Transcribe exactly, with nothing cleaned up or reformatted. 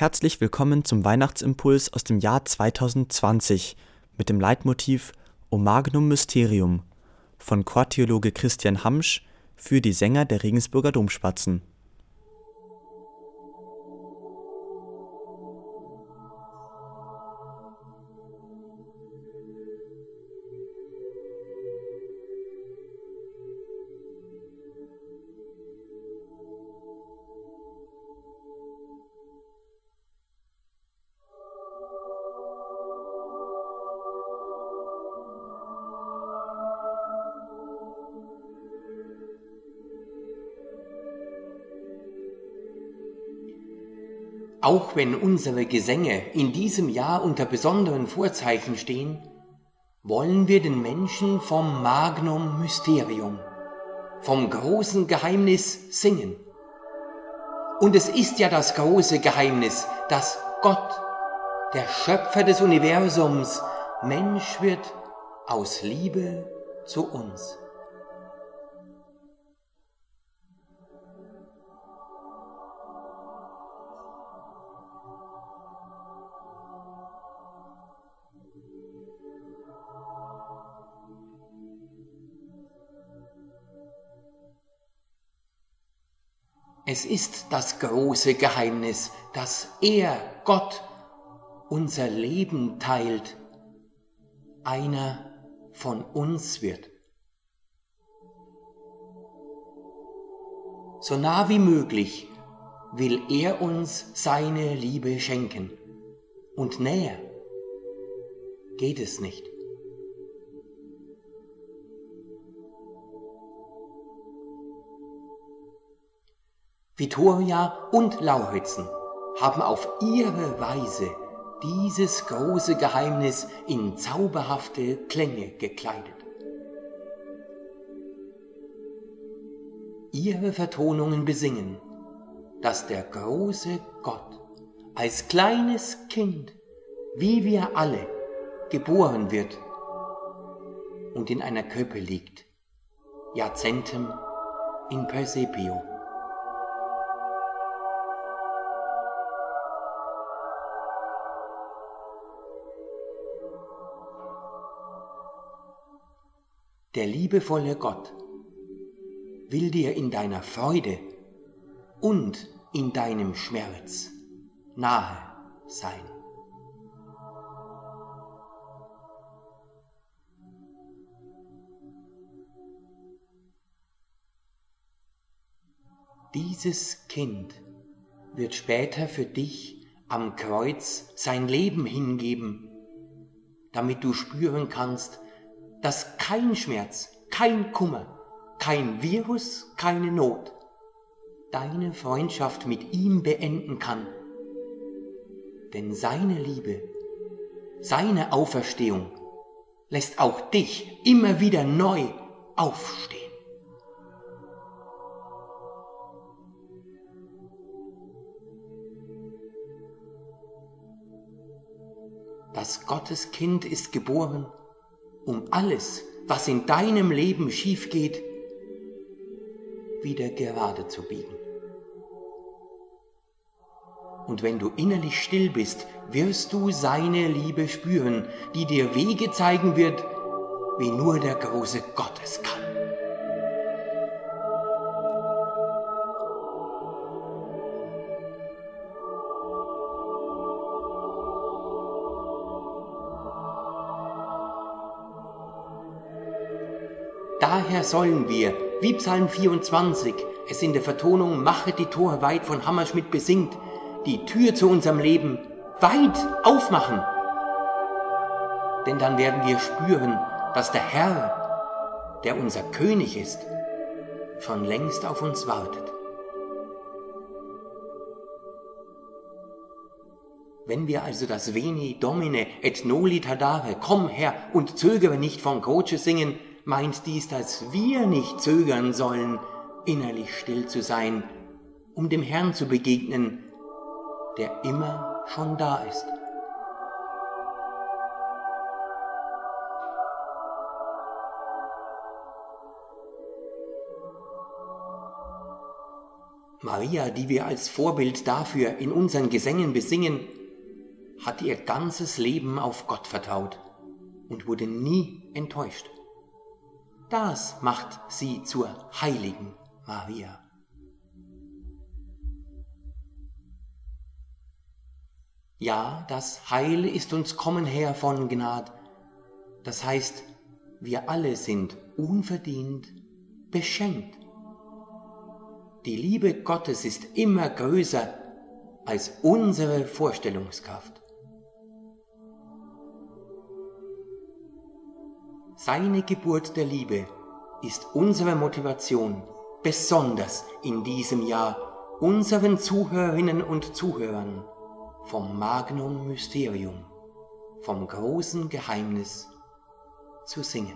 Herzlich willkommen zum Weihnachtsimpuls aus dem Jahr zweitausendzwanzig mit dem Leitmotiv O Magnum Mysterium von Chortheologe Christian Hamsch für die Sänger der Regensburger Domspatzen. Auch wenn unsere Gesänge in diesem Jahr unter besonderen Vorzeichen stehen, wollen wir den Menschen vom Magnum Mysterium, vom großen Geheimnis singen. Und es ist ja das große Geheimnis, dass Gott, der Schöpfer des Universums, Mensch wird aus Liebe zu uns. Es ist das große Geheimnis, dass er, Gott, unser Leben teilt, einer von uns wird. So nah wie möglich will er uns seine Liebe schenken, und näher geht es nicht. Vittoria und Lauritzen haben auf ihre Weise dieses große Geheimnis in zauberhafte Klänge gekleidet. Ihre Vertonungen besingen, dass der große Gott als kleines Kind, wie wir alle, geboren wird und in einer Krippe liegt, Jacentem in Persepio. Der liebevolle Gott will dir in deiner Freude und in deinem Schmerz nahe sein. Dieses Kind wird später für dich am Kreuz sein Leben hingeben, damit du spüren kannst, dass kein Schmerz, kein Kummer, kein Virus, keine Not deine Freundschaft mit ihm beenden kann. Denn seine Liebe, seine Auferstehung lässt auch dich immer wieder neu aufstehen. Das Gotteskind ist geboren, um alles, was in deinem Leben schief geht, wieder gerade zu biegen. Und wenn du innerlich still bist, wirst du seine Liebe spüren, die dir Wege zeigen wird, wie nur der große Gott es kann. Daher sollen wir, wie Psalm vierundzwanzig, es in der Vertonung Machet die Tore weit von Hammerschmidt besingt, die Tür zu unserem Leben weit aufmachen. Denn dann werden wir spüren, dass der Herr, der unser König ist, schon längst auf uns wartet. Wenn wir also das Veni Domine et noli tardare, komm Herr und zögere nicht von Croce singen, meint dies, dass wir nicht zögern sollen, innerlich still zu sein, um dem Herrn zu begegnen, der immer schon da ist. Maria, die wir als Vorbild dafür in unseren Gesängen besingen, hat ihr ganzes Leben auf Gott vertraut und wurde nie enttäuscht. Das macht sie zur heiligen Maria. Ja, das Heil ist uns kommen her von Gnad. Das heißt, wir alle sind unverdient beschenkt. Die Liebe Gottes ist immer größer als unsere Vorstellungskraft. Seine Geburt der Liebe ist unsere Motivation, besonders in diesem Jahr unseren Zuhörerinnen und Zuhörern vom Magnum Mysterium, vom großen Geheimnis zu singen.